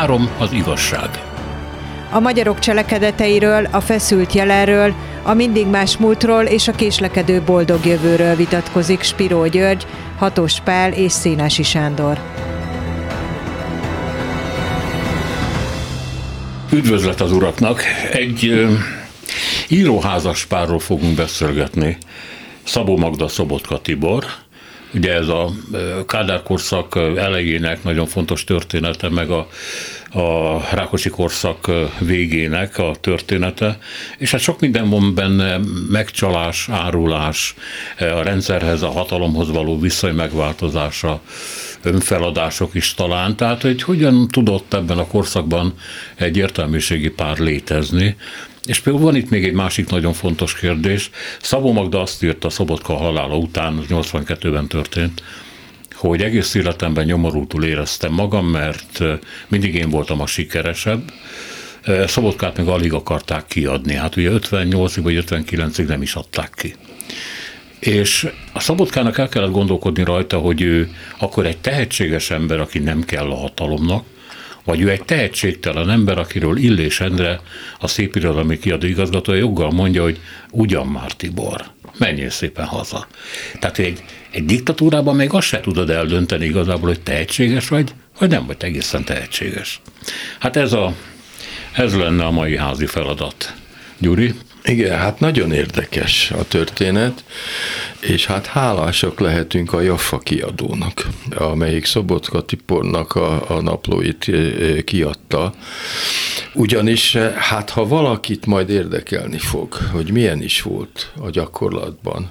3 az igazság. A magyarok cselekedeteiről, a feszült jelenről, a mindig más múltról és a késlekedő boldog jövőről vitatkozik Spiró György, Hatos Pál és Szénási Sándor. Üdvözlet az uraknak! Egy íróházas párról fogunk beszélgetni. Szabó Magda, Szobotka Tibor. Ugye ez a Kádár korszak elejének nagyon fontos története, meg a Rákosi korszak végének a története, és hát sok minden van benne, megcsalás, árulás, a rendszerhez, a hatalomhoz való viszony megváltozása, önfeladások is talán, tehát hogy hogyan tudott ebben a korszakban egy értelmiségi pár létezni. És például van itt még egy másik nagyon fontos kérdés. Szabó Magda azt írta Szobotka halála után, 82-ben történt, hogy egész életemben nyomorultul éreztem magam, mert mindig én voltam a sikeresebb. Szobotkát meg alig akarták kiadni. Hát ugye 58-ig vagy 59-ig nem is adták ki. És a Szobotkának el kellett gondolkodni rajta, hogy ő akkor egy tehetséges ember, aki nem kell a hatalomnak, vagy ő egy tehetségtelen ember, akiről Illés Endre, a Szépirodalmi Kiadó igazgatója joggal mondja, hogy ugyan már Tibor, menjél szépen haza. Tehát egy diktatúrában még azt se tudod eldönteni igazából, hogy tehetséges vagy nem vagy egészen tehetséges. Hát ez lenne a mai házi feladat. Gyuri? Igen, hát nagyon érdekes a történet, és hát hálásak lehetünk a Jaffa kiadónak, amelyik Szobotka Tibornak a naplóit kiadta. Ugyanis hát ha valakit majd érdekelni fog, hogy milyen is volt a gyakorlatban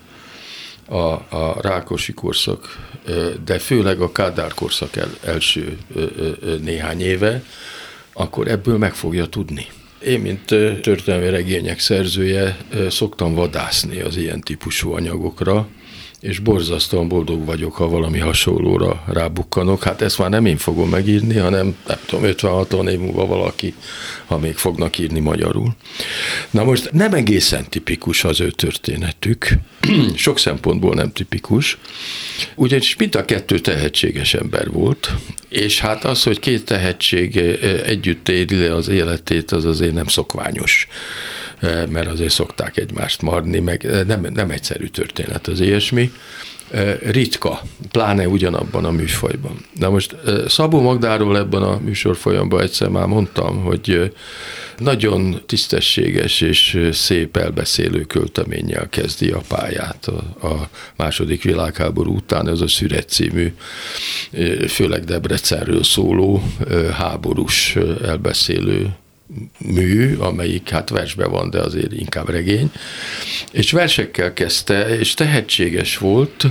a Rákosi korszak, de főleg a Kádár korszak első néhány éve, akkor ebből meg fogja tudni. Én, mint történelmi regények szerzője, szoktam vadászni az ilyen típusú anyagokra, és borzasztóan boldog vagyok, ha valami hasonlóra rábukkanok. Hát ezt már nem én fogom megírni, hanem nem tudom, 50-60 év múlva valaki, ha még fognak írni magyarul. Na most nem egészen tipikus az ő történetük, sok szempontból nem tipikus, ugyanis mind a kettő tehetséges ember volt, és hát az, hogy két tehetség együtt éli az életét, az azért nem szokványos, mert azért szokták egymást marni, meg nem egyszerű történet az ilyesmi. Ritka, pláne ugyanabban a műfajban. De most Szabó Magdáról ebben a műsorfolyamban egyszer már mondtam, hogy nagyon tisztességes és szép elbeszélő költeménnyel kezdi a pályát a második világháború után, ez a Szüret című, főleg Debrecenről szóló háborús elbeszélő mű, amelyik hát versben van, de azért inkább regény, és versekkel kezdte, és tehetséges volt,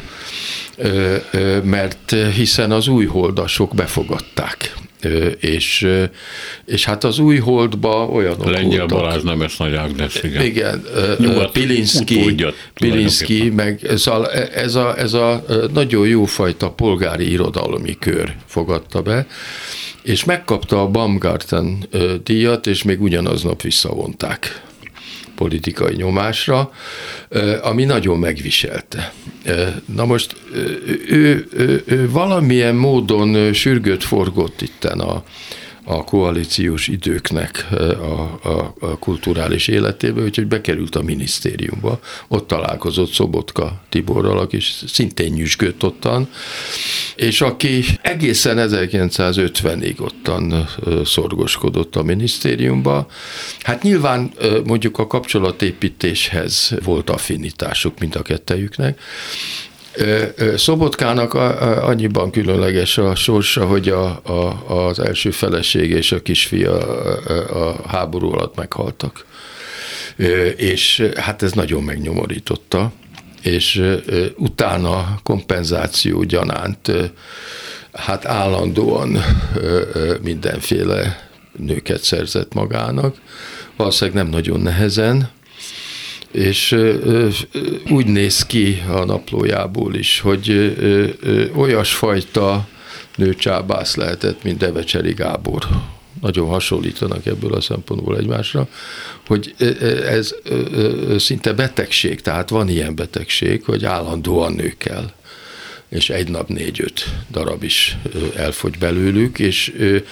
mert hiszen az újholdasok befogadták. És hát az Újholdba olyanok Lengyel voltak. Balázs, Nemes Nagy Ágnes, igen. Igen, Pilinszky, meg ez a nagyon jófajta polgári irodalmi kör fogadta be, és megkapta a Baumgarten díjat, és még ugyanaznap visszavonták politikai nyomásra, ami nagyon megviselte. Na most ő valamilyen módon forgott itten a koalíciós időknek a kulturális életébe, úgyhogy bekerült a minisztériumba. Ott találkozott Szobotka Tiborral, aki szintén nyüzsgött ottan, és aki egészen 1950-ig ottan szorgoskodott a minisztériumba. Hát nyilván mondjuk a kapcsolatépítéshez volt affinitásuk mind a kettejüknek. Szobotkának annyiban különleges a sorsa, hogy az első feleség és a kisfia a háború alatt meghaltak. És hát ez nagyon megnyomorította, és utána kompenzáció gyanánt hát állandóan mindenféle nőket szerzett magának, valószínűleg nem nagyon nehezen, és úgy néz ki a naplójából is, hogy olyasfajta nőcsábász lehetett, mint Devecseri Gábor. Nagyon hasonlítanak ebből a szempontból egymásra, hogy ez szinte betegség, tehát van ilyen betegség, hogy állandóan nő kell, és egy nap 4-5 darab is elfogy belőlük, és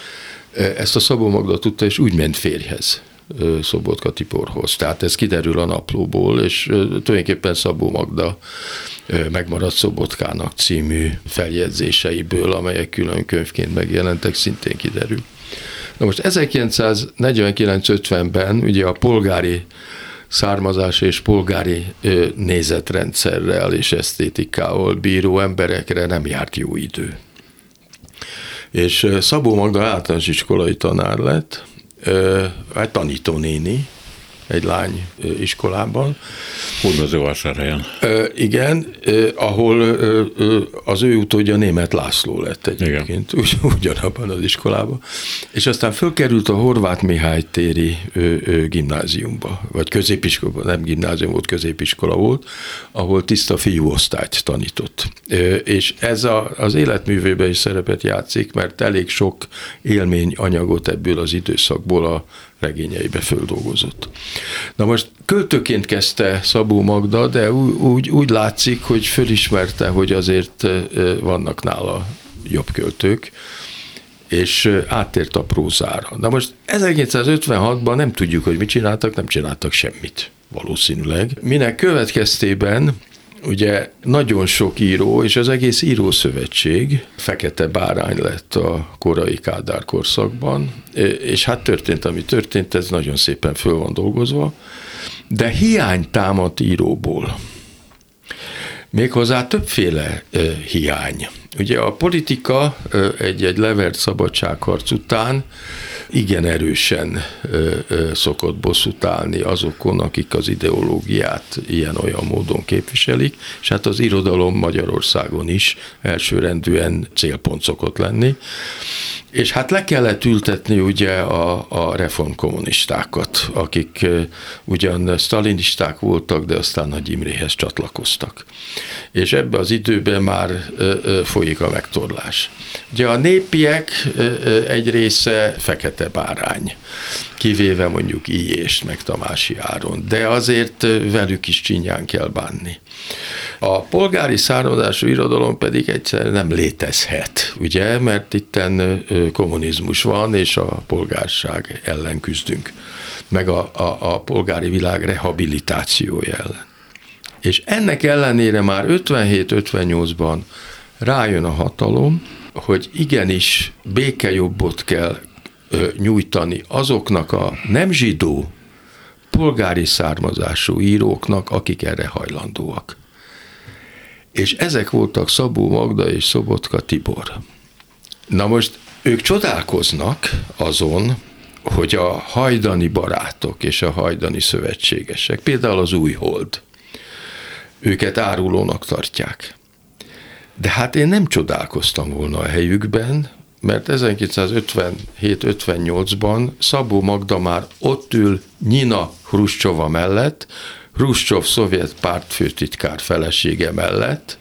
Ezt a Szabó Magda tudta, és úgy ment férjhez, Szobotka Tiborhoz. Tehát ez kiderül a naplóból, és tulajdonképpen Szabó Magda Megmaradt Szobotkának című feljegyzéseiből, amelyek külön könyvként megjelentek, szintén kiderül. Na most 1949-50-ben ugye a polgári származás és polgári nézetrendszerrel és esztétikával bíró emberekre nem járt jó idő. És Szabó Magda általános iskolai tanár lett, egy tanítónéni, egy lány iskolában. Hódmezővásárhelyen. Igen, ahol az ő utódja Németh László lett egyébként, ugyanabban az iskolában. És aztán fölkerült a Horváth Mihály téri gimnáziumba, vagy középiskola, nem gimnázium volt, középiskola volt, ahol tiszta fiúosztályt tanított. És ez az életművében is szerepet játszik, mert elég sok élményanyagot ebből az időszakból a regényeibe földolgozott. Na most költőként kezdte Szabó Magda, de úgy látszik, hogy fölismerte, hogy azért vannak nála jobb költők, és áttért a prózára. Na most 1956-ban nem tudjuk, hogy mit csináltak, nem csináltak semmit valószínűleg. Minek következtében ugye nagyon sok író, és az egész írószövetség fekete bárány lett a korai Kádár korszakban, és hát történt, ami történt, ez nagyon szépen föl van dolgozva, de hiány támadt íróból. Méghozzá többféle hiány. Ugye a politika egy levert szabadságharc után igen erősen szokott bosszút állni azokon, akik az ideológiát ilyen-olyan módon képviselik, és hát az irodalom Magyarországon is elsőrendűen célpont szokott lenni. És hát le kellett ültetni ugye a reformkommunistákat, akik ugyan sztalinisták voltak, de aztán Nagy Imréhez csatlakoztak. És ebbe az időben már folyik a megtorlás. Ugye a népiek egy része fekete bárány, kivéve mondjuk Illyést, meg Tamási Áron, de azért velük is csinyán kell bánni. A polgári származású irodalom pedig egyszerűen nem létezhet, ugye, mert itten kommunizmus van, és a polgárság ellen küzdünk, meg a polgári világ rehabilitációja ellen. És ennek ellenére már 57-58-ban rájön a hatalom, hogy igenis békejobbot kell nyújtani azoknak a nem zsidó polgári származású íróknak, akik erre hajlandóak. És ezek voltak Szabó Magda és Szobotka Tibor. Na most ők csodálkoznak azon, hogy a hajdani barátok és a hajdani szövetségesek, például az Újhold, őket árulónak tartják. De hát én nem csodálkoztam volna a helyükben, mert 1957-58-ban Szabó Magda már ott ül Nyina Hruscsova mellett, Hruscsov szovjet pártfőtitkár felesége mellett,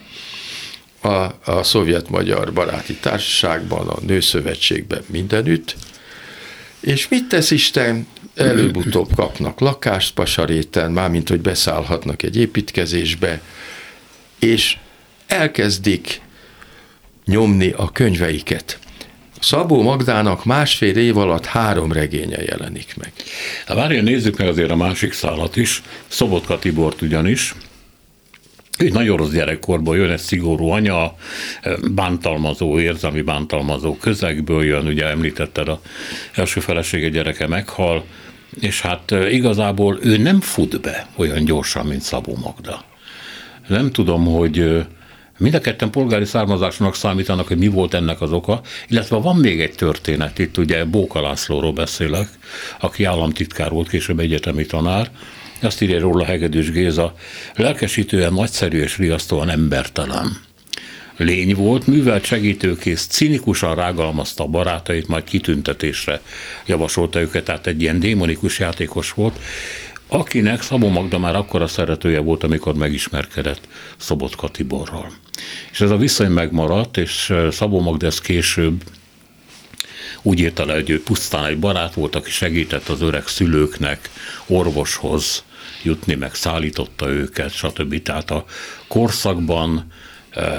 a szovjet-magyar baráti társaságban, a nőszövetségben mindenütt, és mit tesz Isten? Előbb-utóbb kapnak lakást Pasaréten, mármint hogy beszállhatnak egy építkezésbe, és elkezdik nyomni a könyveiket. Szabó Magdának 1,5 év alatt 3 regénye jelenik meg. Várjál, nézzük meg azért a másik szálat is, Szobotka Tibort ugyanis. Ő nagyon rossz gyerekkorból jön, egy szigorú anya, bántalmazó, érzelmi bántalmazó közegből jön, ugye említetted, az első felesége gyereke meghal, és hát igazából ő nem fut be olyan gyorsan, mint Szabó Magda. Nem tudom, hogy mind a ketten polgári származásnak számítanak, hogy mi volt ennek az oka, illetve van még egy történet, itt ugye Bóka Lászlóról beszélek, aki államtitkár volt, később egyetemi tanár. Azt írja róla Hegedűs Géza, lelkesítően nagyszerű és riasztóan embertelen lény volt, művelt segítőkész, cinikusan rágalmazta a barátait, majd kitüntetésre javasolta őket, tehát egy ilyen démonikus játékos volt, akinek Szabó Magda már akkora szeretője volt, amikor megismerkedett Szobotka Tiborral. És ez a viszony megmaradt, és Szabó Magda ezt később úgy írta le, hogy ő pusztán egy barát volt, aki segített az öreg szülőknek orvoshoz jutni, meg szállította őket, stb. Tehát a korszakban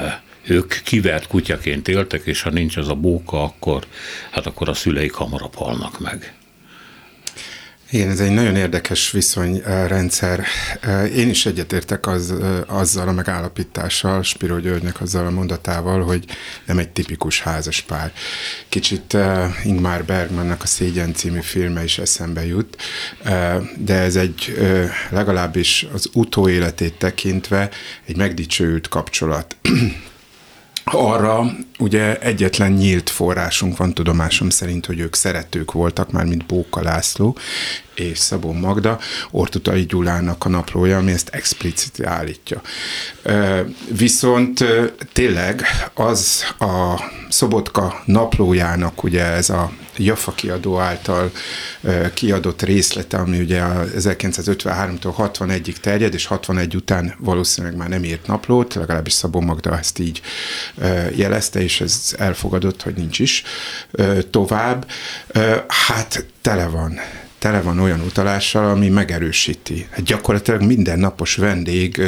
ők kivert kutyaként éltek, és ha nincs ez a bóka, akkor a szüleik hamarabb halnak meg. Igen, ez egy nagyon érdekes viszonyrendszer. Én is egyetértek azzal a megállapítással, Spiro Györgynek azzal a mondatával, hogy nem egy tipikus házaspár. Kicsit Ingmar Bergmannak a Szégyen című filme is eszembe jut, de ez egy legalábbis az utóéletét tekintve egy megdicsőült kapcsolat. Arra ugye egyetlen nyílt forrásunk van tudomásom szerint, hogy ők szeretők voltak, már mint Bóka László és Szabó Magda, Ortutai Gyulának a naplója, ami ezt explicit állítja. Viszont tényleg az a Szobotka naplójának ugye ez a Jaffa kiadó által kiadott részlete, ami ugye 1953-től 61-ig terjed, és 61 után valószínűleg már nem írt naplót, legalábbis Szabó Magda ezt így jelezte, és ez elfogadott, hogy nincs is tovább. Hát tele van olyan utalással, ami megerősíti. Hát gyakorlatilag mindennapos vendég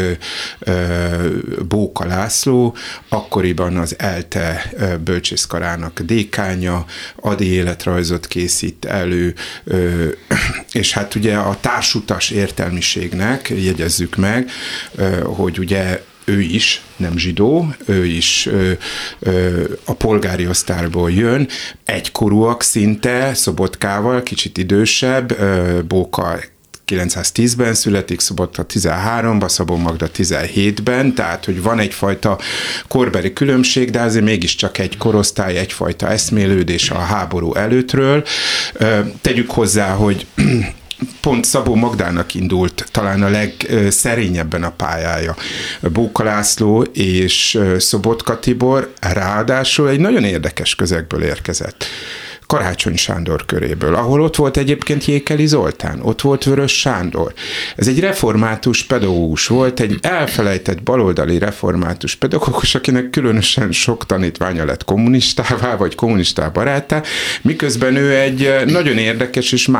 Bóka László, akkoriban az ELTE bölcsészkarának dékánya, Adi életrajzot készít elő, és hát ugye a társutas értelmiségnek, jegyezzük meg, hogy ugye ő is nem zsidó, ő is a polgári osztályból jön, egykorúak szinte, Szobotkával, kicsit idősebb, Bóka 910-ben születik, Szobotka 13-ban, Szabó Magda 17-ben, tehát, hogy van egyfajta korbeli különbség, de azért mégiscsak egy korosztály, egyfajta eszmélődés a háború előttről. Tegyük hozzá, hogy pont Szabó Magdának indult talán a legszerényebben a pályája. Bóka László és Szobotka Tibor ráadásul egy nagyon érdekes közegből érkezett. Karácsony Sándor köréből, ahol ott volt egyébként Jékeli Zoltán, ott volt Vörös Sándor. Ez egy református pedagógus volt, egy elfelejtett baloldali református pedagógus, akinek különösen sok tanítványa lett kommunistává, vagy kommunistá baráttá, miközben ő egy nagyon érdekes és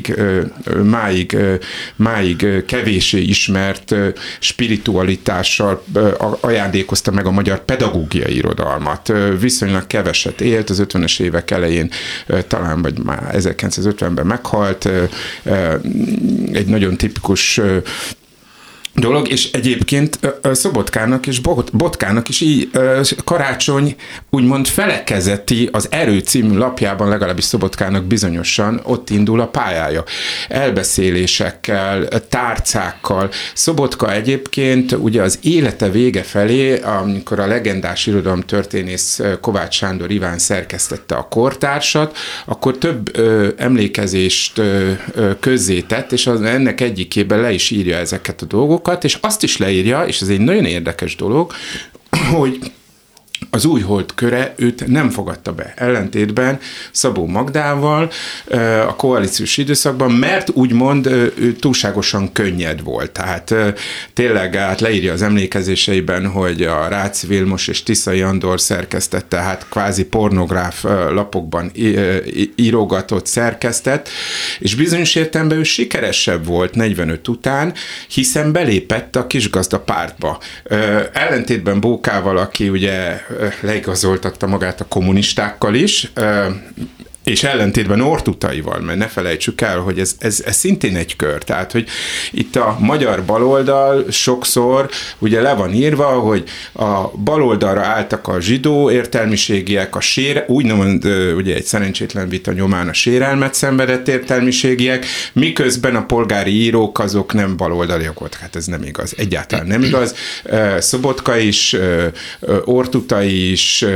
máig kevéssé ismert spiritualitással ajándékozta meg a magyar pedagógiai irodalmat. Viszonylag keveset élt, az 50-es évek elején talán, vagy már 1950-ben meghalt, egy nagyon tipikus dolog, és egyébként Szobotkának és Botkának is így Karácsony úgymond felekezeti az Erő című lapjában, legalábbis Szobotkának bizonyosan ott indul a pályája. Elbeszélésekkel, tárcákkal. Szobotka egyébként ugye az élete vége felé, amikor a legendás irodalomtörténész Kovács Sándor Iván szerkesztette a Kortársat, akkor több emlékezést közzétett, és ennek egyikében le is írja ezeket a dolgokat, és azt is leírja, és ez egy nagyon érdekes dolog, hogy az Újhold köre őt nem fogadta be, ellentétben Szabó Magdával a koalíciós időszakban, mert úgymond ő túlságosan könnyed volt. Tehát tényleg leírja az emlékezéseiben, hogy a Rácz Vilmos és Tiszai Andor szerkesztette, hát kvázi pornográf lapokban írogatott, szerkesztett, és bizonyos értelemben ő sikeresebb volt 45 után, hiszen belépett a kisgazda pártba. Ellentétben Bókával, aki ugye leigazoltatta magát a kommunistákkal is, és ellentétben Ortutaival, mert ne felejtsük el, hogy ez szintén egy kör. Tehát, hogy itt a magyar baloldal sokszor ugye le van írva, hogy a baloldalra álltak a zsidó értelmiségiek, úgymond ugye egy szerencsétlen vita nyomán a sérelmet szenvedett értelmiségiek, miközben a polgári írók azok nem baloldaliak voltak. Hát ez nem igaz. Egyáltalán nem igaz. Szobotka is, Ortutai is,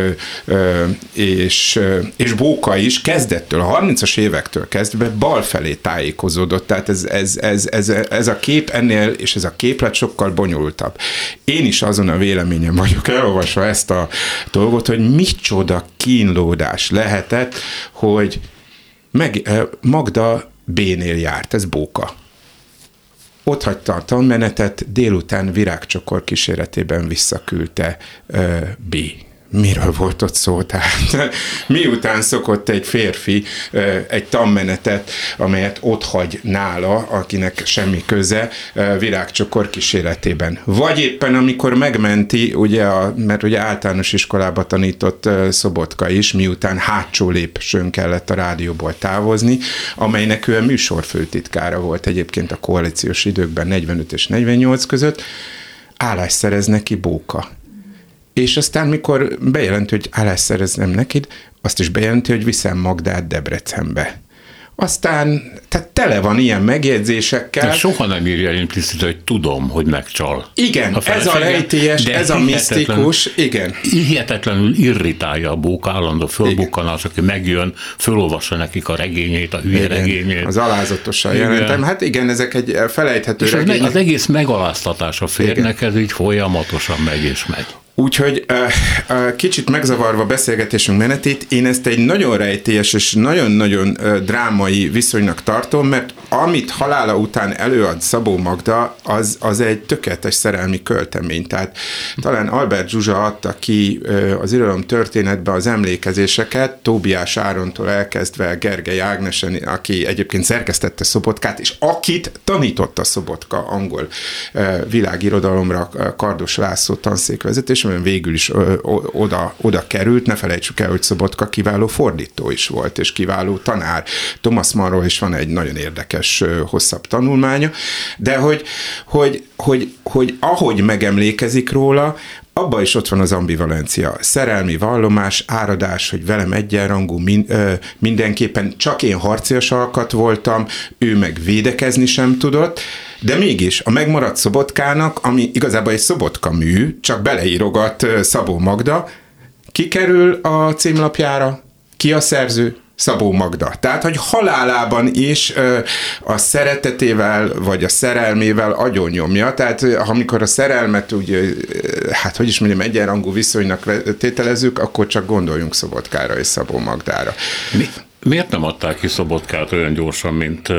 és Bóka is kezdettől, a 30-as évektől kezdve bal felé tájékozódott, tehát ez a kép ennél, és ez a képlet sokkal bonyolultabb. Én is azon a véleményen vagyok, elolvasva ezt a dolgot, hogy micsoda kínlódás lehetett, hogy Magda B-nél járt, ez Bóka. Ott hagyta a tanmenetet, délután virágcsokor kíséretében visszaküldte B Miről volt ott szó? Tehát miután szokott egy férfi egy tanmenetet, amelyet ott hagy nála, akinek semmi köze, virágcsokor kíséretében. Vagy éppen amikor megmenti, ugye mert ugye általános iskolába tanított Szobotka is, miután hátsó lépcsőn kellett a rádióból távozni, amelynek ő a műsorfőtitkára volt egyébként a koalíciós időkben 45 és 48 között, állást szerez neki Bóka. És aztán, mikor bejelenti, hogy állást szereznem neked, azt is bejelenti, hogy viszem Magdát Debrecenbe. Aztán, tehát tele van ilyen megjegyzésekkel. De soha nem írja implicit, hogy tudom, hogy megcsal. Igen, ez a rejtélyes, ez a misztikus, igen. Hihetetlenül irritálja a Bóka állandó fölbukkanás, aki megjön, fölolvassa nekik a regényét, a hülye regényét. Az alázatosan jelentem. Hát igen, ezek egy felejthető regények. Az egész megaláztatás a férnek, ez így folyamatosan megy és megy. Úgyhogy kicsit megzavarva beszélgetésünk menetét, én ezt egy nagyon rejtélyes és nagyon-nagyon drámai viszonynak tartom, mert amit halála után előad Szabó Magda, az egy tökéletes szerelmi költemény. Tehát talán Albert Zsuzsa adta ki az irodalom történetbe az emlékezéseket, Tóbiás Árontól elkezdve Gergely Ágnesen, aki egyébként szerkesztette Szobotkát, és akit tanította Szobotka angol világirodalomra Kardos László tanszékvezetés, végül is oda került, ne felejtsük el, hogy Szobotka kiváló fordító is volt, és kiváló tanár. Thomas Mannról is van egy nagyon érdekes, hosszabb tanulmánya, de hogy ahogy megemlékezik róla, abban is ott van az ambivalencia. Szerelmi vallomás, áradás, hogy velem egyenrangú, mindenképpen csak én harcias alkat voltam, ő meg védekezni sem tudott, de mégis a megmaradt Szobotkának, ami igazából egy Szobotka mű, csak beleírogat Szabó Magda, ki kerül a címlapjára, ki a szerző? Szabó Magda. Tehát, hogy halálában is a szeretetével, vagy a szerelmével agyonnyomja. Tehát, amikor a szerelmet úgy, hát hogy is mondjam, egyenrangú viszonynak tételezzük, akkor csak gondoljunk Szobotkára és Szabó Magdára. Miért nem adták ki Szobotkát olyan gyorsan,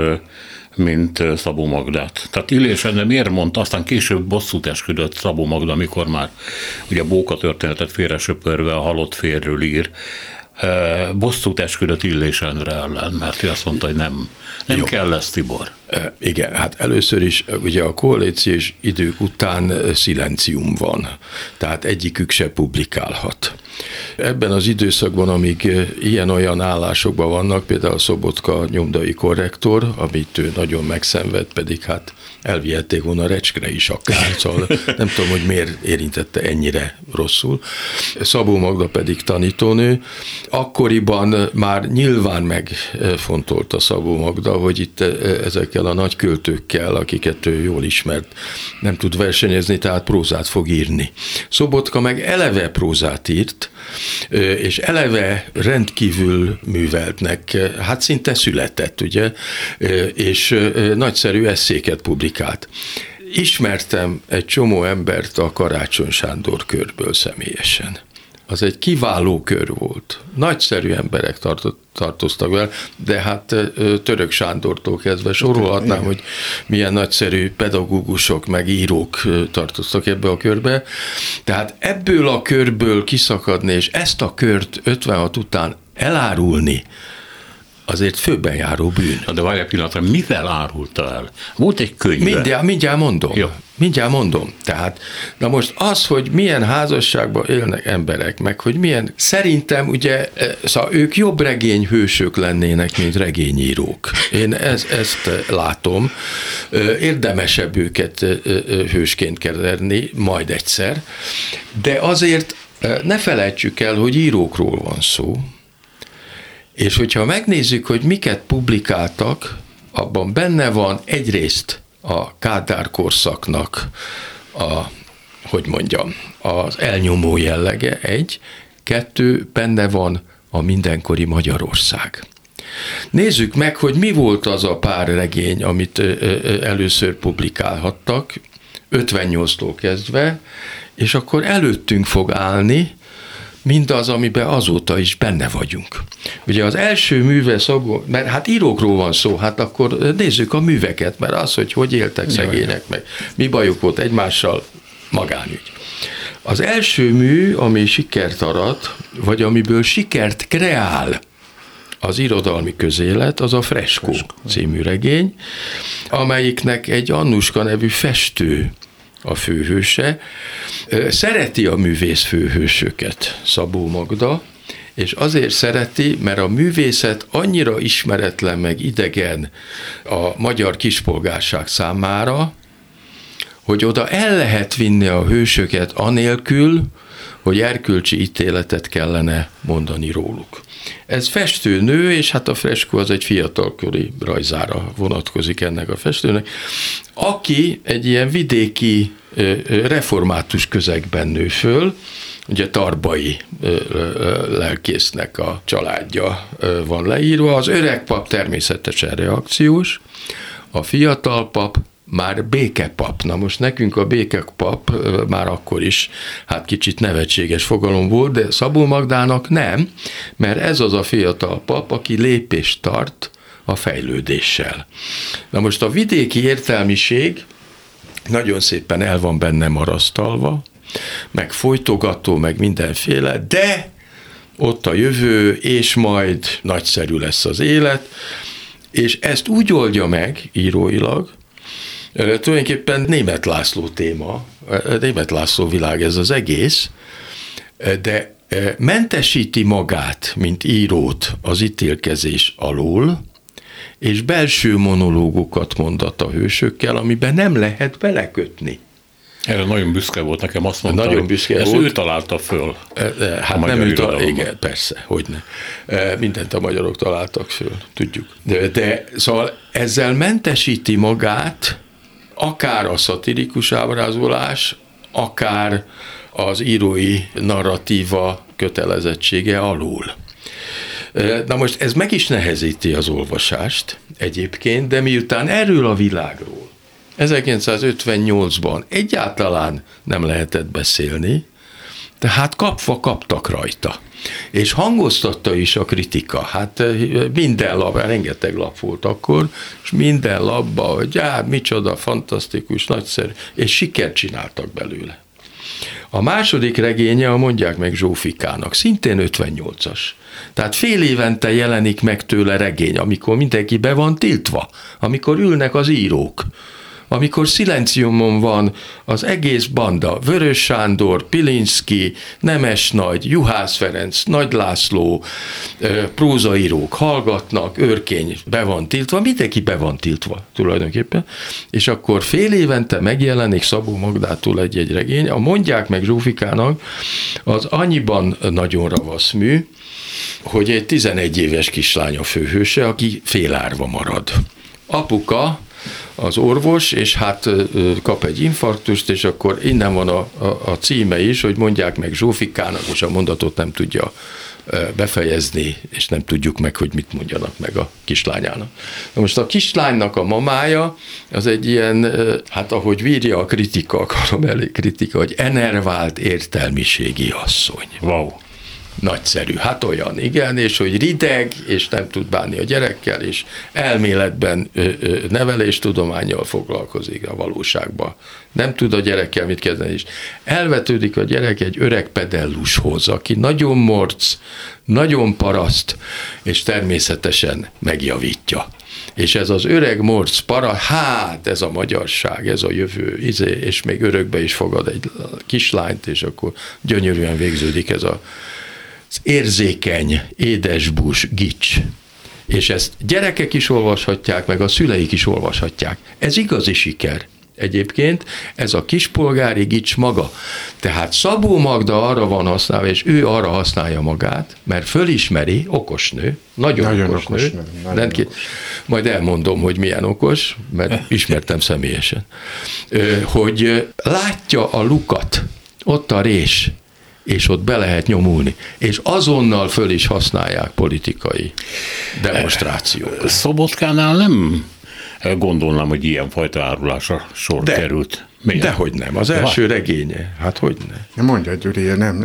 mint Szabó Magdát? Tehát Illés Endre miért mondta, aztán később bosszút esküdött Szabó Magda, amikor már ugye Bóka történetet félresöpörve a halott férről ír, bosszút esküdött Illés Endre ellen, mert ő azt mondta, hogy nem kell lesz, Tibor. Igen, hát először is ugye a koalíciós idők után szilencium van, tehát egyikük se publikálhat. Ebben az időszakban, amíg ilyen-olyan állásokban vannak, például a Szobotka nyomdai korrektor, amit ő nagyon megszenved, pedig hát elvihették volna Recskre is akár, szóval nem tudom, hogy miért érintette ennyire rosszul. Szabó Magda pedig tanítónő. Akkoriban már nyilván megfontolta Szabó Magda, hogy itt ezekkel a nagy költőkkel, akiket ő jól ismert, nem tud versenyezni, tehát prózát fog írni. Szobotka meg eleve prózát írt, és eleve rendkívül műveltnek, hát szinte született, ugye, és nagyszerű esszéket publikált. Ismertem egy csomó embert a Karácsony Sándor körből személyesen. Az egy kiváló kör volt. Nagyszerű emberek tartoztak vele, de hát Török Sándortól kezdve sorolhatnám, hogy milyen nagyszerű pedagógusok, meg írók tartoztak ebbe a körbe. Tehát ebből a körből kiszakadni, és ezt a kört 56 után elárulni, azért főben járó bűn. De várj egy pillanatra, mivel árulta el? Volt egy könyve. Mindjárt mondom. Jó. Mindjárt mondom. Tehát, na most az, hogy milyen házasságban élnek emberek, meg hogy milyen, szerintem ugye, szóval ők jobb regényhősök lennének, mint regényírók. Én ezt látom. Érdemesebb őket hősként kezelni, majd egyszer. De azért ne felejtsük el, hogy írókról van szó, és hogyha megnézzük, hogy miket publikáltak, abban benne van egyrészt a Kádár korszaknak az elnyomó jellege, 2, benne van a mindenkori Magyarország. Nézzük meg, hogy mi volt az a pár regény, amit először publikálhattak, 58-tól kezdve, és akkor előttünk fog állni mindaz, amiben azóta is benne vagyunk. Ugye az első műve Szabó, mert hát írókról van szó, hát akkor nézzük a műveket, mert az, hogy éltek szegények meg, mi bajuk volt egymással, magánügy. Az első mű, ami sikert arat, vagy amiből sikert kreál az irodalmi közélet, az a Freskó című regény, amelyiknek egy Annuska nevű festő a főhőse. Szereti a művész főhősöket Szabó Magda, és azért szereti, mert a művészet annyira ismeretlen meg idegen a magyar kispolgárság számára, hogy oda el lehet vinni a hősöket anélkül, hogy erkölcsi ítéletet kellene mondani róluk. Ez festőnő, és hát a Freskó az egy fiatalkori rajzára vonatkozik ennek a festőnek, aki egy ilyen vidéki református közegben nő föl, ugye tarbai lelkésznek a családja van leírva, az öreg pap természetesen reakciós, a fiatal pap már békepap. Na most nekünk a békepap már akkor is hát kicsit nevetséges fogalom volt, de Szabó Magdának nem, mert ez az a fiatal pap, aki lépést tart a fejlődéssel. Na most a vidéki értelmiség nagyon szépen el van benne marasztalva, meg folytogató, meg mindenféle, de ott a jövő, és majd nagyszerű lesz az élet, és ezt úgy oldja meg íróilag, tulajdonképpen Németh László téma, Németh László világ ez az egész, de mentesíti magát, mint írót az ítélkezés alól, és belső monológokat mondat a hősökkel, amiben nem lehet belekötni. Erre nagyon büszke volt, nekem azt mondta, nagyon hogy ezt ő találta föl. Hát nem ő találta, igen, persze, hogyne. Mindent a magyarok találtak föl, tudjuk. De szóval ezzel mentesíti magát, akár a szatirikus ábrázolás, akár az írói narratíva kötelezettsége alól. Na most ez meg is nehezíti az olvasást egyébként, de miután erről a világról 1958-ban egyáltalán nem lehetett beszélni, tehát kapva kaptak rajta. És hangoztatta is a kritika. Hát minden lap, rengeteg lap volt akkor, és minden lapban, hogy micsoda, fantasztikus, nagyszerű, és sikert csináltak belőle. A második regénye a Mondják meg Zsófikának, szintén 58-as. Tehát fél évente jelenik meg tőle regény, amikor mindenki be van tiltva, amikor ülnek az írók, amikor szilenciumon van az egész banda, Vörös Sándor, Pilinszky, Nemes Nagy, Juhász Ferenc, Nagy László, prózaírók hallgatnak, Őrkény be van tiltva, mindenki be van tiltva tulajdonképpen, és akkor fél évente megjelenik Szabó Magdától egy regény, a Mondják meg Zsófikának az annyiban nagyon ravasz mű, hogy egy 11 éves kislány a főhőse, aki félárva marad. Apuka az orvos, és hát kap egy infarktust, és akkor innen van a címe is, hogy Mondják meg Zsófikának, és a mondatot nem tudja befejezni, és nem tudjuk meg, hogy mit mondjanak meg a kislányának. Na most a kislánynak a mamája, az egy ilyen, hát ahogy vírja a kritika, a Karomeli kritika, hogy enervált értelmiségi asszony. Wow. Nagyszerű, hát olyan, igen, és hogy rideg, és nem tud bánni a gyerekkel, és elméletben neveléstudománnyal foglalkozik a valóságban. Nem tud a gyerekkel mit kezdeni, és elvetődik a gyerek egy öreg pedellushoz, aki nagyon morc, nagyon paraszt, és természetesen megjavítja. És ez az öreg morc para, hát ez a magyarság, ez a jövő, és még örökbe is fogad egy kislányt, és akkor gyönyörűen végződik ez az érzékeny, édesbús gics. És ezt gyerekek is olvashatják, meg a szüleik is olvashatják. Ez igazi siker. Egyébként ez a kispolgári gics maga. Tehát Szabó Magda arra van használva, és ő arra használja magát, mert fölismeri, okos nő, nagyon okos nő. Majd elmondom, hogy milyen okos, mert ismertem személyesen. Hogy látja a lukat, ott a rés, és ott be lehet nyomulni, és azonnal föl is használják politikai demonstrációkra. Szobotkánál nem gondolnám, hogy ilyenfajta árulásra sor került. Miért? Dehogy nem, az első regénye. Hát hogy ne? Mondja, Gyuri, nem,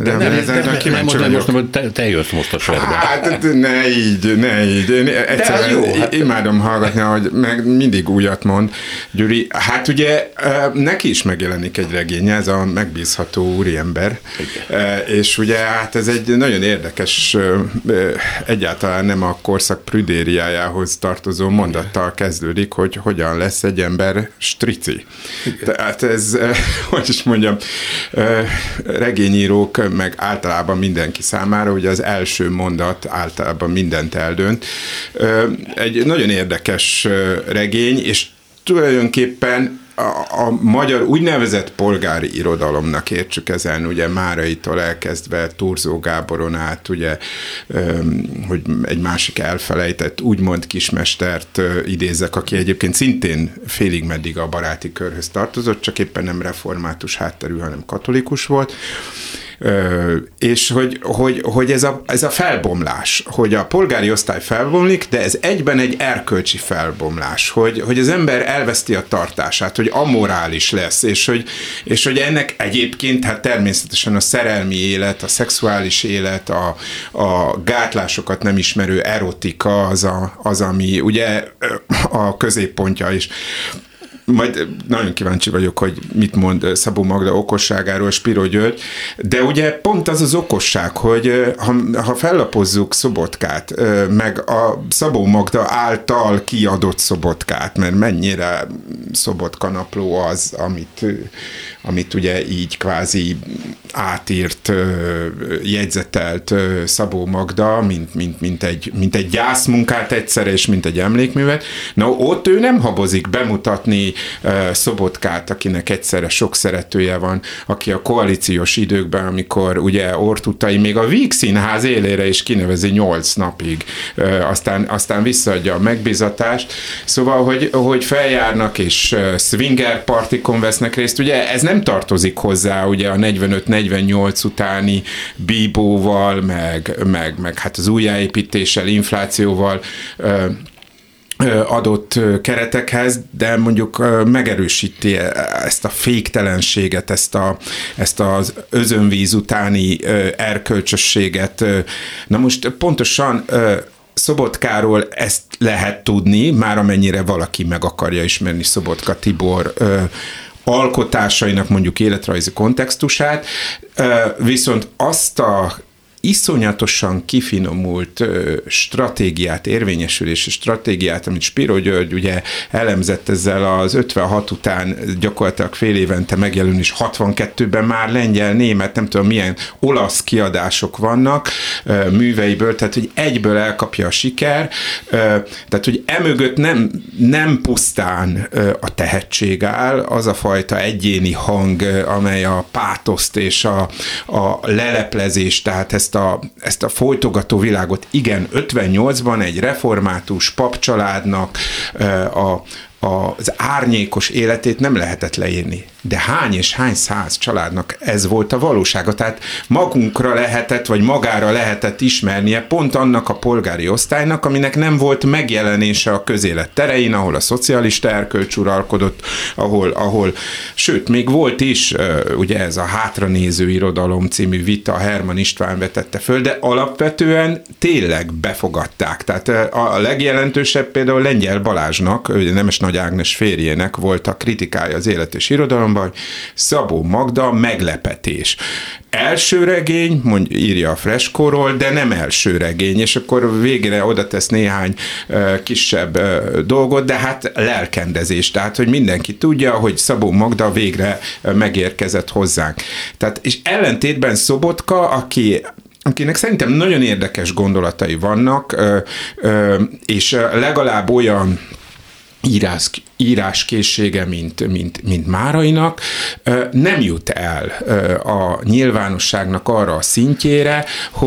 te jössz most a sorba. Hát ne így. Én egyszerűen imádom hallgatni, hogy meg mindig újat mond. Gyuri, hát ugye neki is megjelenik egy regénye, ez a Megbízható úriember. És ugye hát ez egy nagyon érdekes, egyáltalán nem a korszak prüdériájához tartozó mondattal kezdődik, hogy hogyan lesz egy ember strici. Tehát ez, hogy is mondjam, regényírók, meg általában mindenki számára, ugye az első mondat általában mindent eldönt. Egy nagyon érdekes regény, és tulajdonképpen a magyar úgynevezett polgári irodalomnak értsük ezen, ugye Máraitól elkezdve Thurzó Gáboron át, ugye, hogy egy másik elfelejtett, úgymond kismestert idézek, aki egyébként szintén félig meddig a baráti körhöz tartozott, csak éppen nem református hátterű, hanem katolikus volt. És hogy ez a felbomlás, hogy a polgári osztály felbomlik, de ez egyben egy erkölcsi felbomlás, hogy az ember elveszti a tartását, hogy amorális lesz, és hogy ennek egyébként hát természetesen a szerelmi élet, a szexuális élet, a gátlásokat nem ismerő erotika az, ami ugye a középpontja is. Majd nagyon kíváncsi vagyok, hogy mit mond Szabó Magda okosságáról, Spiro György, de ugye pont az okosság, hogy ha fellapozzuk Szobotkát, meg a Szabó Magda által kiadott Szobotkát, mert mennyire Szobotka napló az, amit ugye így kvázi átírt, jegyzetelt Szabó Magda, mint egy gyászmunkát egyszerre, és mint egy emlékművet. Na, ott ő nem habozik bemutatni Szobotkát, akinek egyszerre sok szeretője van, aki a koalíciós időkben, amikor ugye Ortutai még a Víg Színház élére is kinevezi 8 napig, aztán visszaadja a megbízatást. Szóval, hogy feljárnak és swinger partikon vesznek részt, ugye ez nem tartozik hozzá ugye a 45-48 utáni bíbóval, meg hát az újjáépítéssel, inflációval adott keretekhez, de mondjuk megerősíti ezt a féktelenséget, ezt az özönvíz utáni erkölcsösséget. Na most pontosan Szobotkáról ezt lehet tudni, már amennyire valaki meg akarja ismerni Szobotka Tibor alkotásainak mondjuk életrajzi kontextusát, viszont azt a iszonyatosan kifinomult stratégiát, érvényesülési stratégiát, amit Spiro György ugye elemzett ezzel az 56 után gyakorlatilag fél évente megjelenő, és 62-ben már lengyel, német, nem tudom milyen olasz kiadások vannak műveiből, tehát hogy egyből elkapja a siker, tehát hogy emögött nem pusztán a tehetség áll, az a fajta egyéni hang, amely a pátoszt és a leleplezést, tehát ezt a folytogató világot, igen, 58-ban egy református papcsaládnak az árnyékos életét nem lehetett leírni. De hány és hány száz családnak ez volt a valósága. Tehát magunkra lehetett, vagy magára lehetett ismernie pont annak a polgári osztálynak, aminek nem volt megjelenése a közélet terein, ahol a szocialista erkölcs uralkodott, ahol sőt, még volt is, ugye ez a Hátranéző irodalom című vita, Herman István vetette föl, de alapvetően tényleg befogadták. Tehát a legjelentősebb például Lengyel Balázsnak, Nemes Nagy Ágnes férjének volt a kritikája az élet és irodalomban, hogy Szabó Magda meglepetés. Első regény, írja a freskóról, de nem első regény, és akkor végre oda tesz néhány kisebb dolgot, de hát lelkendezés, tehát, hogy mindenki tudja, hogy Szabó Magda végre megérkezett hozzánk. Tehát, és ellentétben Szobotka, akinek szerintem nagyon érdekes gondolatai vannak, és legalább olyan íráskészsége, mint Márainak, nem jut el a nyilvánosságnak arra a szintjére,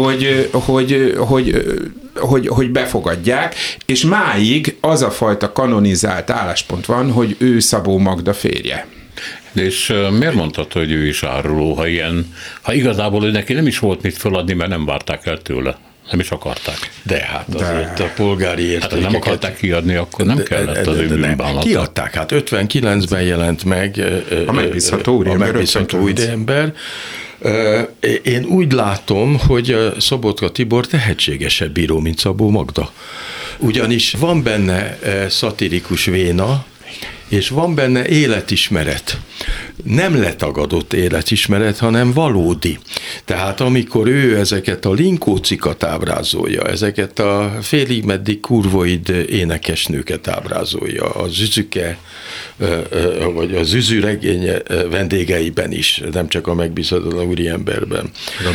hogy befogadják, és máig az a fajta kanonizált álláspont van, hogy ő Szabó Magda férje. És miért mondtad, hogy ő is áruló, ha igazából neki nem is volt mit feladni, mert nem várták el tőle? Nem is akarták. De azért a polgári értékeket... Hát, ha nem akarták kiadni, akkor nem kellett az ő bűnbánata. Kiadták, 59-ben jelent meg a megbízható úriember. Én úgy látom, hogy Szobotka Tibor tehetségesebb bíró, mint Szabó Magda. Ugyanis van benne szatirikus véna, és van benne életismeret. Nem letagadott életismeret, hanem valódi. Tehát amikor ő ezeket a linkócikat ábrázolja, ezeket a félig meddig kurvoid énekesnőket ábrázolja, a Züzüke, vagy a Züzü regény vendégeiben is, nem csak a megbízhatatlan úriemberben.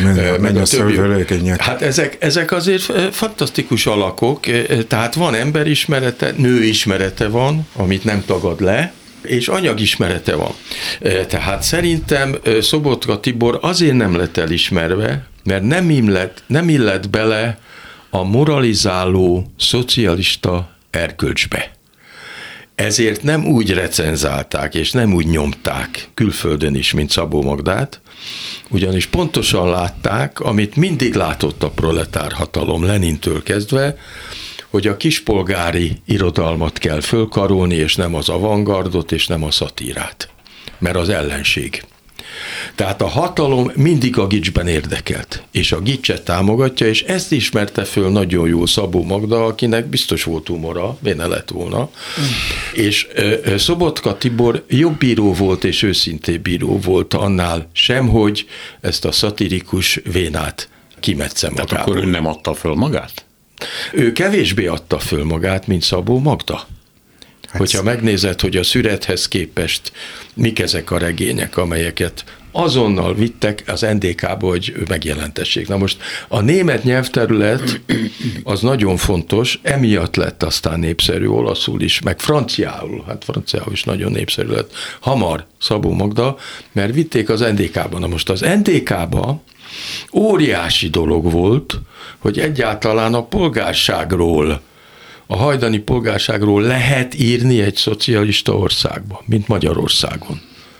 Hát ezek azért fantasztikus alakok, tehát van emberismerete, nőismerete van, amit nem tagad le, és anyagismerete van. Tehát szerintem Szobotka Tibor azért nem lett elismerve, mert nem illet bele a moralizáló szocialista erkölcsbe. Ezért nem úgy recenzálták, és nem úgy nyomták külföldön is, mint Szabó Magdát, ugyanis pontosan látták, amit mindig látott a proletárhatalom Lenintől kezdve, hogy a kispolgári irodalmat kell fölkarolni, és nem az avantgardot, és nem a szatírát, mert az ellenség. Tehát a hatalom mindig a gicsben érdekelt, és a gicset támogatja, és ezt ismerte föl nagyon jó Szabó Magda, akinek biztos volt humora, béne lett volna, és Szobotka Tibor jobb bíró volt, és őszintén bíró volt annál sem, hogy ezt a szatirikus vénát kimetsze magából. Tehát akkor ő nem adta föl magát? Ő kevésbé adta föl magát, mint Szabó Magda. Hogyha megnézed, hogy a Szürethez képest mik ezek a regények, amelyeket azonnal vittek az NDK-ba, hogy megjelentessék. Na most a német nyelvterület az nagyon fontos, emiatt lett aztán népszerű olaszul is, meg franciául, hát franciául is nagyon népszerű lett hamar Szabó Magda, mert vitték az NDK-ba. Na most az NDK-ba óriási dolog volt, hogy egyáltalán a polgárságról, a hajdani polgárságról lehet írni egy szocialista országban, mint Magyarországon.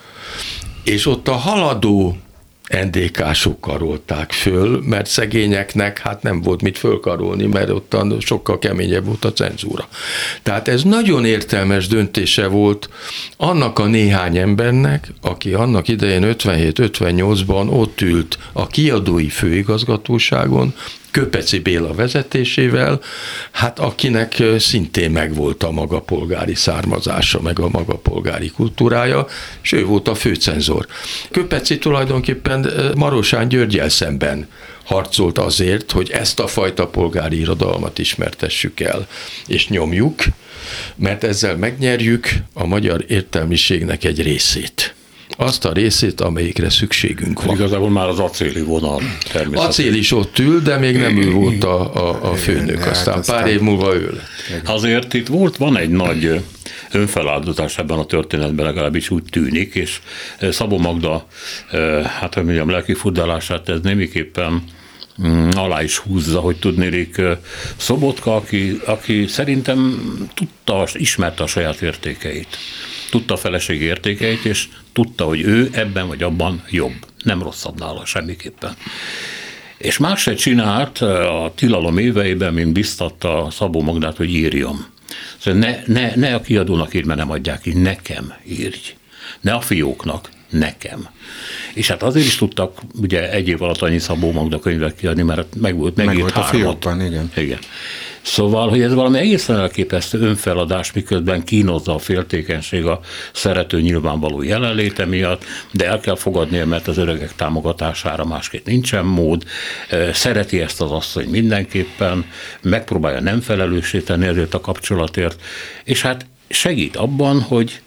És ott a haladó NDK-sok karolták föl, mert szegényeknek hát nem volt mit fölkarolni, mert ottan sokkal keményebb volt a cenzúra. Tehát ez nagyon értelmes döntése volt annak a néhány embernek, aki annak idején 57-58-ban ott ült a kiadói főigazgatóságon, Köpeci Béla vezetésével, hát akinek szintén megvolt a maga polgári származása, meg a maga polgári kultúrája, és ő volt a főcenzor. Köpeci tulajdonképpen Marosán Györggyel szemben harcolt azért, hogy ezt a fajta polgári irodalmat ismertessük el, és nyomjuk, mert ezzel megnyerjük a magyar értelmiségnek egy részét. Azt a részét, amelyikre szükségünk van. Igazából már az acéli vonal természetesen. Acél is ott ül, de még nem ő volt a főnök, aztán pár év múlva ő lett. Azért itt van egy nagy önfeláldozás ebben a történetben, legalábbis úgy tűnik, és Szabó Magda, hát hogy mondjam, lelki furdalását ez némiképpen alá is húzza, hogy tudnélik Szobotka, aki szerintem ismerte a saját értékeit. Tudta a feleség értékeit, és tudta, hogy ő ebben vagy abban jobb. Nem rosszabb nála semmiképpen. És más se csinált a tilalom éveiben, mint biztatta Szabó Magdát, hogy írjon. Szóval ne a kiadónak írj, mert nem adják így, nekem írj. Ne a fióknak, nekem. És hát azért is tudtak ugye egy év alatt annyi Szabó Magda könyvet kiadni, mert megírt a fiókban, igen. Szóval, hogy ez valami egészen elképesztő önfeladás, miközben kínozza a féltékenység a szerető nyilvánvaló jelenléte miatt, de el kell fogadnia, mert az öregek támogatására másképp nincsen mód. Szereti ezt az asszony mindenképpen, megpróbálja nem felelőssé tenni ezért a kapcsolatért, és hát segít abban, hogy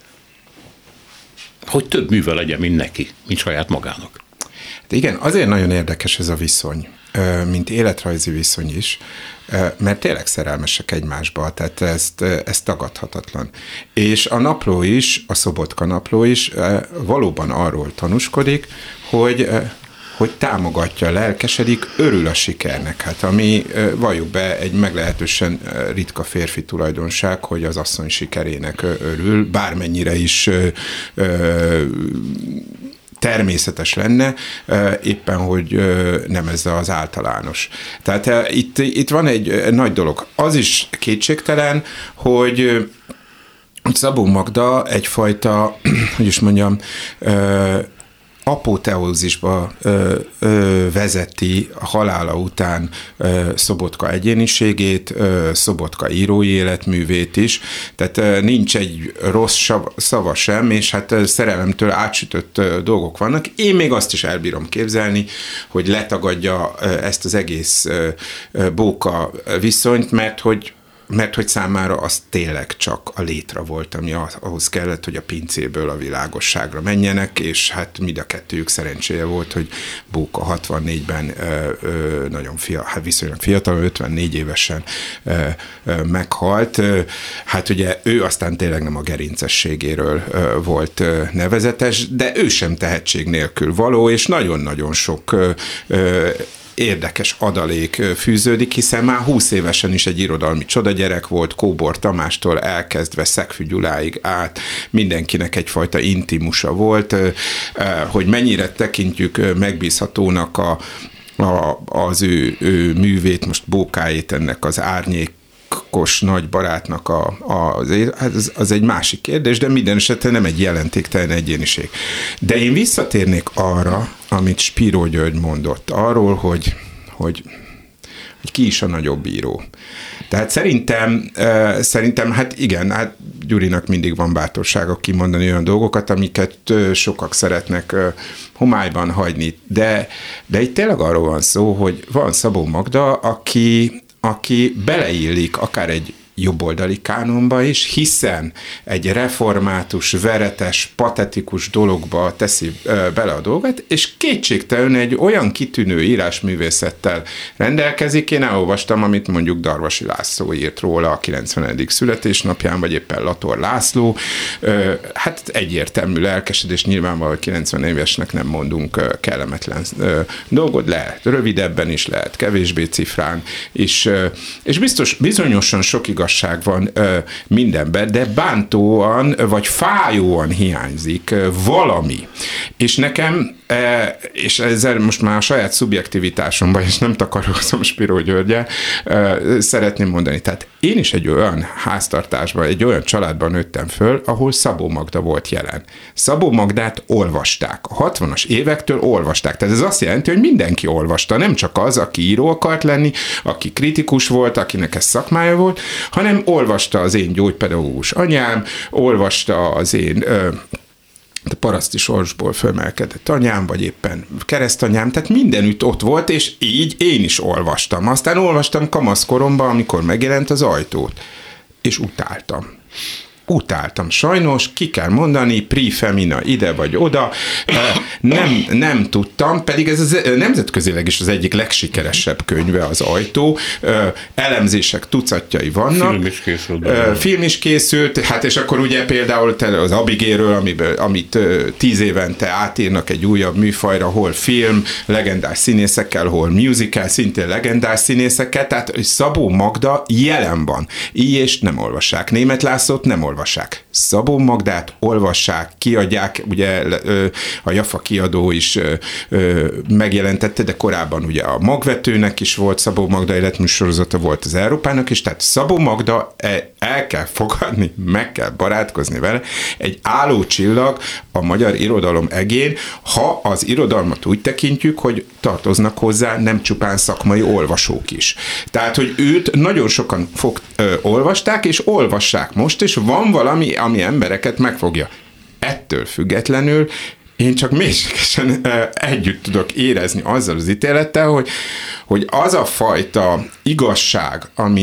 több műve legyen, mint neki, mint saját magának. De igen, azért nagyon érdekes ez a viszony, mint életrajzi viszony is, mert tényleg szerelmesek egymásba, tehát ez tagadhatatlan. És a napló is, a Szobotka napló is valóban arról tanúskodik, hogy támogatja, lelkesedik, örül a sikernek. Hát ami, valljuk be, egy meglehetősen ritka férfi tulajdonság, hogy az asszony sikerének örül, bármennyire is természetes lenne, éppen, hogy nem ez az általános. Tehát itt van egy nagy dolog. Az is kétségtelen, hogy Szabó Magda egyfajta, hogy is mondjam, apoteózisba vezeti a halála után Szobotka egyéniségét, Szobotka írói életművét is, tehát nincs egy rossz szava sem, és hát szerelemtől átsütött dolgok vannak. Én még azt is elbírom képzelni, hogy letagadja ezt az egész Bóka viszonyt, mert hogy számára az tényleg csak a létre volt, ami ahhoz kellett, hogy a pincéből a világosságra menjenek, és hát mind a kettőjük szerencséje volt, hogy Bóka 64-ben nagyon viszonylag fiatal, 54 évesen meghalt. Hát ugye ő aztán tényleg nem a gerincességéről volt nevezetes, de ő sem tehetség nélkül való, és nagyon-nagyon sok érdekes adalék fűződik, hiszen már 20 évesen is egy irodalmi csodagyerek volt, Kóbor Tamástól elkezdve Szegfű Gyuláig át, mindenkinek egyfajta intimusa volt, hogy mennyire tekintjük megbízhatónak az ő művét, most Bókáét, ennek az árnyékos nagy barátnak az egy másik kérdés, de minden esetben nem egy jelentéktelen egyéniség. De én visszatérnék arra, amit Spiró György mondott, arról, hogy ki is a nagyobb író. Tehát szerintem hát igen, hát Gyurinak mindig van bátorsága kimondani olyan dolgokat, amiket sokak szeretnek homályban hagyni. De itt tényleg arról van szó, hogy van Szabó Magda, aki beleillik akár egy jobboldali kánonba is, hiszen egy református, veretes, patetikus dologba teszi bele a dolgot, és kétségtelen egy olyan kitűnő írásművészettel rendelkezik. Én elolvastam, amit mondjuk Darvasi László írt róla a 90. születésnapján, vagy éppen Lator László. Hát egyértelmű lelkesedés, nyilvánvalóan 90 évesnek nem mondunk kellemetlen dolgot, lehet rövidebben is, lehet kevésbé cifrán, és bizonyosan sok igazság van mindenben, de bántóan vagy fájóan hiányzik valami. És nekem, és ezzel most már a saját szubjektivitásomban, és nem takarózom Spiró Györgyel, szeretném mondani. Tehát én is egy olyan háztartásban, egy olyan családban nőttem föl, ahol Szabó Magda volt jelen. Szabó Magdát olvasták. A 60-as évektől olvasták. Tehát ez azt jelenti, hogy mindenki olvasta, nem csak az, aki író akart lenni, aki kritikus volt, akinek ez szakmája volt, hanem olvasta az én gyógypedagógus anyám, olvasta az én paraszti sorsból fölmelkedett anyám, vagy éppen keresztanyám, tehát mindenütt ott volt, és így én is olvastam. Aztán olvastam kamaszkoromban, amikor megjelent Az ajtót, és utáltam. Sajnos, ki kell mondani, pri femina, ide vagy oda, nem tudtam, pedig ez nemzetközileg is az egyik legsikeresebb könyve, Az ajtó, elemzések tucatjai vannak. Film is készült, hát és akkor ugye például az Abigailről, amit 10 évente átírnak egy újabb műfajra, hol film, legendás színészekkel, hol musical, szintén legendás színészekkel, tehát Szabó Magda jelen van. Így nem olvassák. Németh Lászlót nem olvassák. Szabó Magdát olvassák, kiadják, ugye a Jaffa kiadó is megjelentette, de korábban ugye a Magvetőnek is volt Szabó Magda életműsorozata, volt az Európának is, tehát Szabó Magda el kell fogadni, meg kell barátkozni vele, egy állócsillag a magyar irodalom egén, ha az irodalmat úgy tekintjük, hogy tartoznak hozzá nem csupán szakmai olvasók is. Tehát, hogy őt nagyon sokan olvasták, és olvassák most, és van valami, ami embereket megfogja. Ettől függetlenül én csak mélységesen együtt tudok érezni azzal az ítélettel, hogy az a fajta igazság,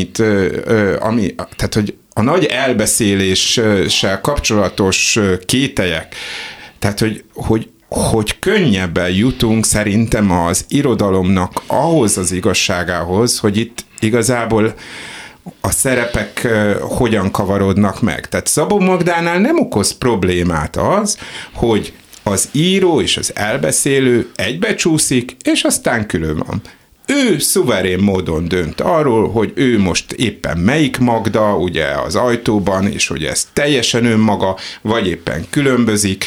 tehát, hogy a nagy elbeszéléssel kapcsolatos kételyek, tehát, hogy könnyebben jutunk szerintem az irodalomnak ahhoz az igazságához, hogy itt igazából a szerepek hogyan kavarodnak meg. Tehát Szabó Magdánál nem okoz problémát az, hogy az író és az elbeszélő egybecsúszik, és aztán külön van. ő szuverén módon dönt arról, hogy ő most éppen melyik Magda, ugye az ajtóban, és hogy ez teljesen önmaga, vagy éppen különbözik,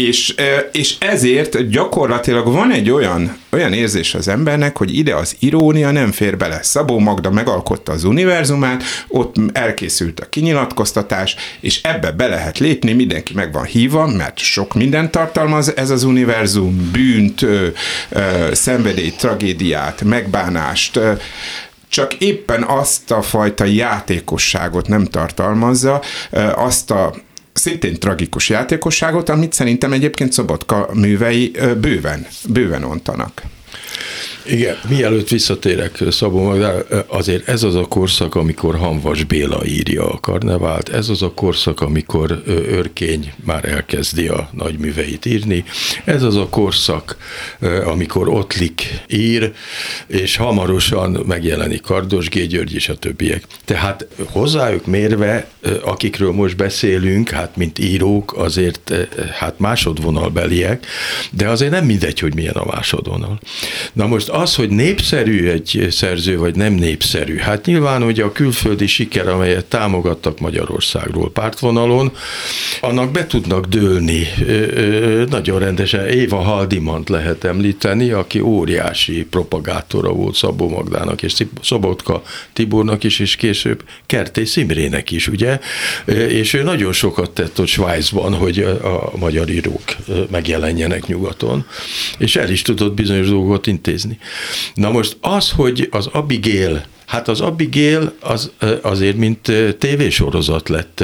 és ezért gyakorlatilag van egy olyan érzés az embernek, hogy ide az irónia nem fér bele. Szabó Magda megalkotta az univerzumát, ott elkészült a kinyilatkoztatás, és ebbe be lehet lépni, mindenki meg van hívva, mert sok mindent tartalmaz ez az univerzum, bűnt, szenvedélyt, tragédiát, megbánást, csak éppen azt a fajta játékosságot nem tartalmazza, azt a szintén tragikus játékosságot, amit szerintem egyébként Szobotka művei bőven ontanak. Igen, mielőtt visszatérek Szabó Magdára, azért ez az a korszak, amikor Hamvas Béla írja a Karnevált, ez az a korszak, amikor Örkény már elkezdi a nagyműveit írni, ez az a korszak, amikor Ottlik ír, és hamarosan megjelenik Kardos G. György és a többiek. Tehát hozzájuk mérve, akikről most beszélünk, hát mint írók, azért hát másodvonalbeliek, de azért nem mindegy, hogy milyen a másodvonal. Na most az, hogy népszerű egy szerző, vagy nem népszerű, hát nyilván, hogy a külföldi siker, amelyet támogattak Magyarországról pártvonalon, annak be tudnak dőlni nagyon rendesen. Éva Haldimant lehet említeni, aki óriási propagátora volt Szabó Magdának, és Szobotka Tibornak is, és később Kertész Imrének is, ugye? És ő nagyon sokat tett ott Svájcban, hogy a magyar írók megjelenjenek nyugaton, és el is tudott bizonyos dolgokat intézni. Na most az, hogy az Abigail, hát az Abigail azért, mint tévésorozat lett,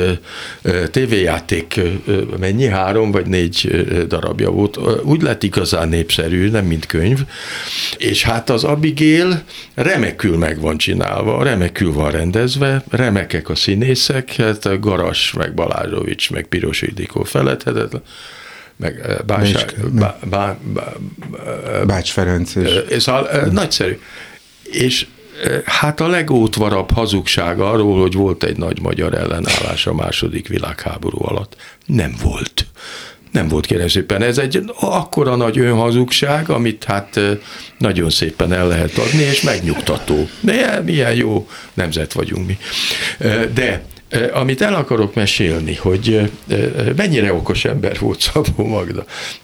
tévéjáték, mennyi? 3 vagy 4 darabja volt, úgy lett igazán népszerű, nem mint könyv, és hát az Abigail remekül meg van csinálva, remekül van rendezve, remekek a színészek, hát Garas, meg Balázsovics, meg Piros Ildikó feledhetetlen, meg Bács Ferenc is. Szóval nagyszerű. És hát a legótvarabb hazugság arról, hogy volt egy nagy magyar ellenállás a második világháború alatt. Nem volt. Nem volt, kérem szépen. Ez egy akkora nagy önhazugság, amit hát nagyon szépen el lehet adni, és megnyugtató. De milyen jó nemzet vagyunk mi. De amit el akarok mesélni, hogy mennyire okos ember volt Szabó Magda.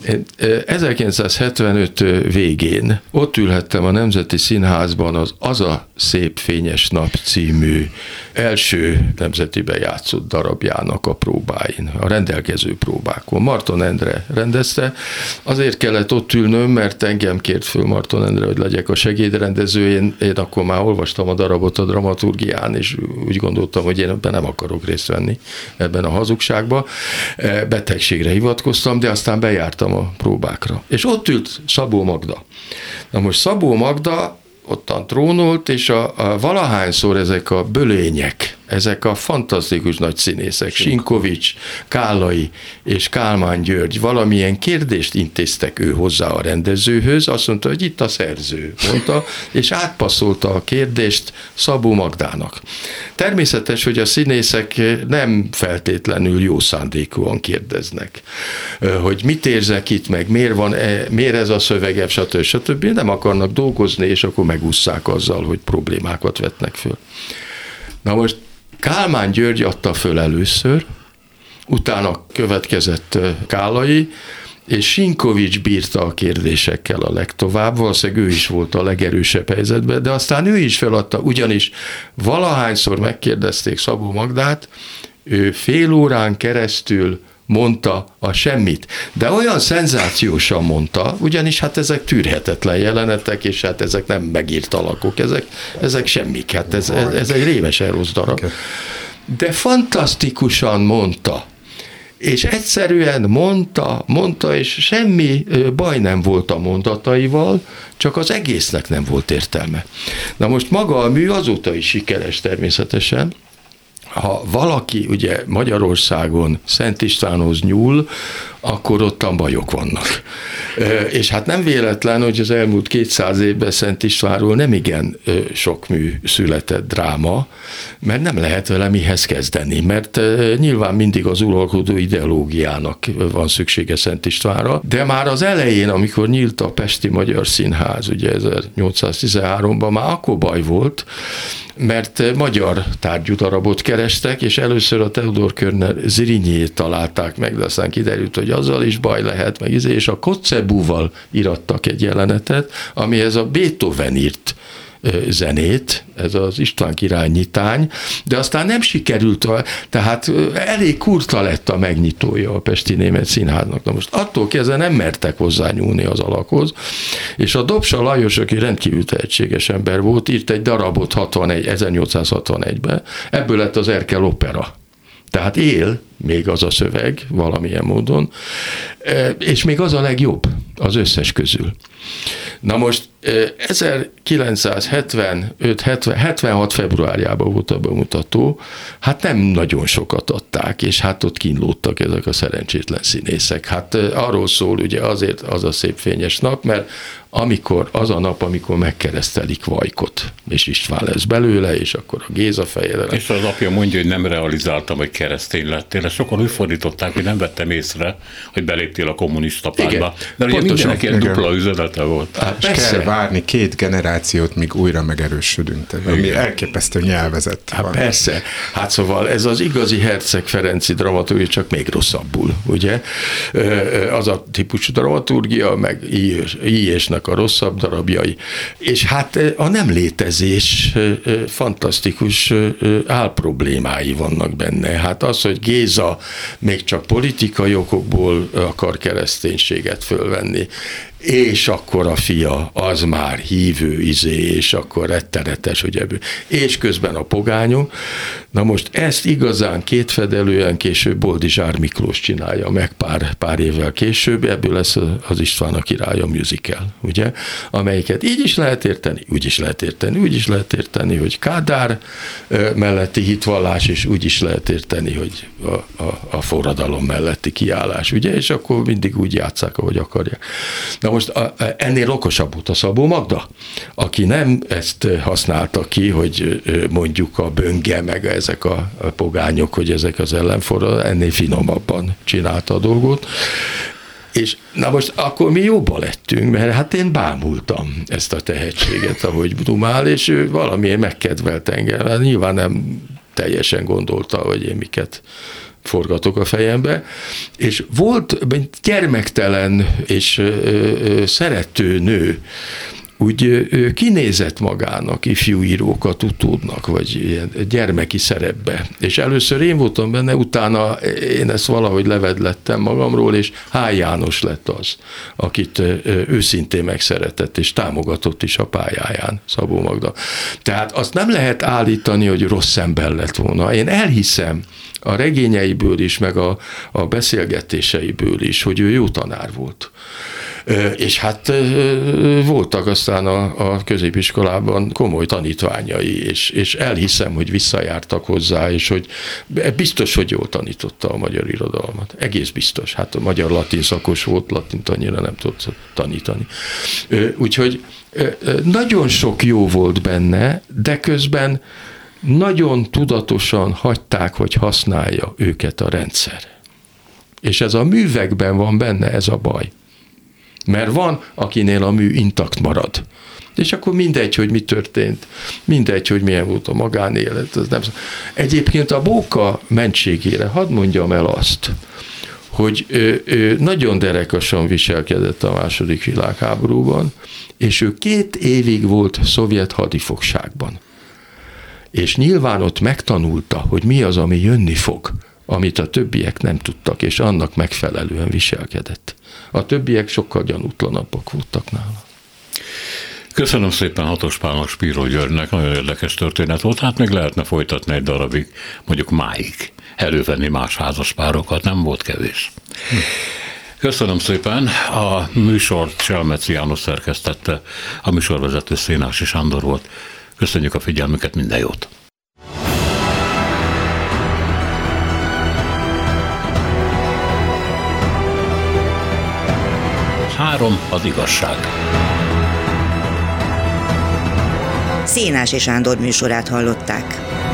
1975 végén ott ülhettem a Nemzeti Színházban Az a szép fényes nap című első nemzetiben játszott darabjának a próbáin, a rendelkező próbákon. Marton Endre rendezte, azért kellett ott ülnöm, mert engem kért föl Marton Endre, hogy legyek a segédrendező, én akkor már olvastam a darabot a dramaturgián, és úgy gondoltam, hogy én ebben nem akarok részt venni, ebben a hazugságban. Betegségre hivatkoztam, de aztán bejártam a próbákra. És ott ült Szabó Magda. Na most Szabó Magda ottan trónolt, és a valahányszor ezek a bölények, ezek a fantasztikus nagy színészek, Sinkovics, Kállai és Kálmán György valamilyen kérdést intéztek ő hozzá a rendezőhöz, azt mondta, hogy itt a szerző, mondta, és átpasszolta a kérdést Szabó Magdának. Természetes, hogy a színészek nem feltétlenül jó szándékúan kérdeznek, hogy mit érzek itt, meg miért ez a szövegem, stb. Nem akarnak dolgozni, és akkor megússzák azzal, hogy problémákat vetnek föl. Na most Kálmán György adta föl először, utána következett Kállai, és Sinkovics bírta a kérdésekkel a legtovább, valószínűleg ő is volt a legerősebb helyzetben, de aztán ő is feladta, ugyanis valahányszor megkérdezték Szabó Magdát, ő fél órán keresztül mondta a semmit, de olyan szenzációsan mondta, ugyanis hát ezek tűrhetetlen jelenetek, és hát ezek nem megírt alakok, ezek semmik, hát ez egy rémesen rossz darab. De fantasztikusan mondta, és egyszerűen mondta, és semmi baj nem volt a mondataival, csak az egésznek nem volt értelme. Na most maga a mű azóta is sikeres természetesen. Ha valaki ugye Magyarországon Szent Istvánhoz nyúl, akkor ottan bajok vannak. És hát nem véletlen, hogy az elmúlt 200 évben Szent Istvánról nem igen sok mű született dráma, mert nem lehet vele mihez kezdeni, mert nyilván mindig az uralkodó ideológiának van szüksége Szent Istvánra, de már az elején, amikor nyílt a Pesti Magyar Színház, ugye 1813-ban már akkor baj volt, mert magyar tárgyú darabot kerestek, és először a Theodor Körner Zrínyiét találták meg, de aztán kiderült, hogy azzal is baj lehet, meg és a Kotzebúval irattak egy jelenetet, amihez a Beethoven írt zenét, ez az István király nyitány, de aztán nem sikerült, tehát elég kurta lett a megnyitója a Pesti Német Színháznak. Na most attól kezdve nem mertek hozzányúlni az alakhoz, és a Dobsa Lajos, aki rendkívül tehetséges ember volt, írt egy darabot 1861-ben, ebből lett az Erkel opera. Tehát él még az a szöveg valamilyen módon, és még az a legjobb az összes közül. Na most 1976 februárjában volt a bemutató, hát nem nagyon sokat adták, és hát ott kínlódtak ezek a szerencsétlen színészek. Hát arról szól ugye azért az a szép fényes nap, mert az a nap, amikor megkeresztelik Vajkot, és István lesz belőle, és akkor a Géza fejedelem. És az apja mondja, hogy nem realizáltam, hogy keresztény lettél. Ezt sokan úgy fordították, hogy nem vettem észre, hogy beléptél a kommunista pártba. De ugye mindenek ilyen dupla üzenete volt. És kell várni 2 generációt, míg újra megerősödünk. Ami elképesztő nyelvezet van. Persze. Hát szóval ez az igazi Herceg Ferenci dramaturgia, csak még rosszabbul, ugye? Az a típusú dramaturgia, meg Ilyesnek a rosszabb darabjai. És hát a nem létezés fantasztikus álproblémái vannak benne. Hát az, hogy Géza még csak politikai okokból akar kereszténységet fölvenni, és akkor a fia az már hívő és akkor rettenetes, hogy ebből. És közben a pogányok. Na most ezt igazán kétfedelően később Boldizsár Miklós csinálja meg pár évvel később, ebből lesz az István a király a musical, ugye? Amelyiket így is lehet érteni, úgy is lehet érteni, úgy is lehet érteni, hogy Kádár melletti hitvallás, és úgy is lehet érteni, hogy a forradalom melletti kiállás, ugye? És akkor mindig úgy játsszák, ahogy akarják. Na most ennél okosabb volt a Szabó Magda, aki nem ezt használta ki, hogy mondjuk a Bönge, meg ezek a pogányok, hogy ezek az ellenforradalmak, ennél finomabban csinálta a dolgot. És na most akkor mi jobban lettünk, mert hát én bámultam ezt a tehetséget, ahogy dumál, és ő valamiért megkedvelt engem. Hát nyilván nem teljesen gondolta, hogy én miket forgatok a fejembe, és volt gyermektelen és szerető nő, úgy kinézett magának ifjú írókat utódnak, vagy ilyen gyermeki szerepbe. És először én voltam benne, utána én ezt valahogy levedlettem magamról, és H. János lett az, akit őszintén megszeretett, és támogatott is a pályáján, Szabó Magda. Tehát azt nem lehet állítani, hogy rossz ember lett volna. Én elhiszem a regényeiből is, meg a beszélgetéseiből is, hogy ő jó tanár volt. És hát voltak aztán a középiskolában komoly tanítványai, és elhiszem, hogy visszajártak hozzá, és hogy biztos, hogy jól tanította a magyar irodalmat. Egész biztos. Hát a magyar latin szakos volt, latint annyira nem tudott tanítani. Úgyhogy nagyon sok jó volt benne, de közben nagyon tudatosan hagyták, hogy használja őket a rendszer. És ez a művekben van benne, ez a baj. Mert van, akinél a mű intakt marad. És akkor mindegy, hogy mi történt, mindegy, hogy milyen volt a magánélet. Ez nem... Egyébként a Bóka mentségére hadd mondjam el azt, hogy ő nagyon derekasan viselkedett a II. Világháborúban, és ő 2 évig volt szovjet hadifogságban. És nyilván ott megtanulta, hogy mi az, ami jönni fog, amit a többiek nem tudtak, és annak megfelelően viselkedett. A többiek sokkal gyanútlanabbak voltak nála. Köszönöm szépen Hatos Pálnak, Spíró Györgynek, nagyon érdekes történet volt, hát még lehetne folytatni egy darabig, mondjuk máig, elővenni más házaspárokat, nem volt kevés. Köszönöm szépen, a műsort Selmeci János szerkesztette, a műsorvezető Szénási Sándor volt. Köszönjük a figyelmüket, minden jót! 3 az igazság. Szénási Sándor műsorát hallották.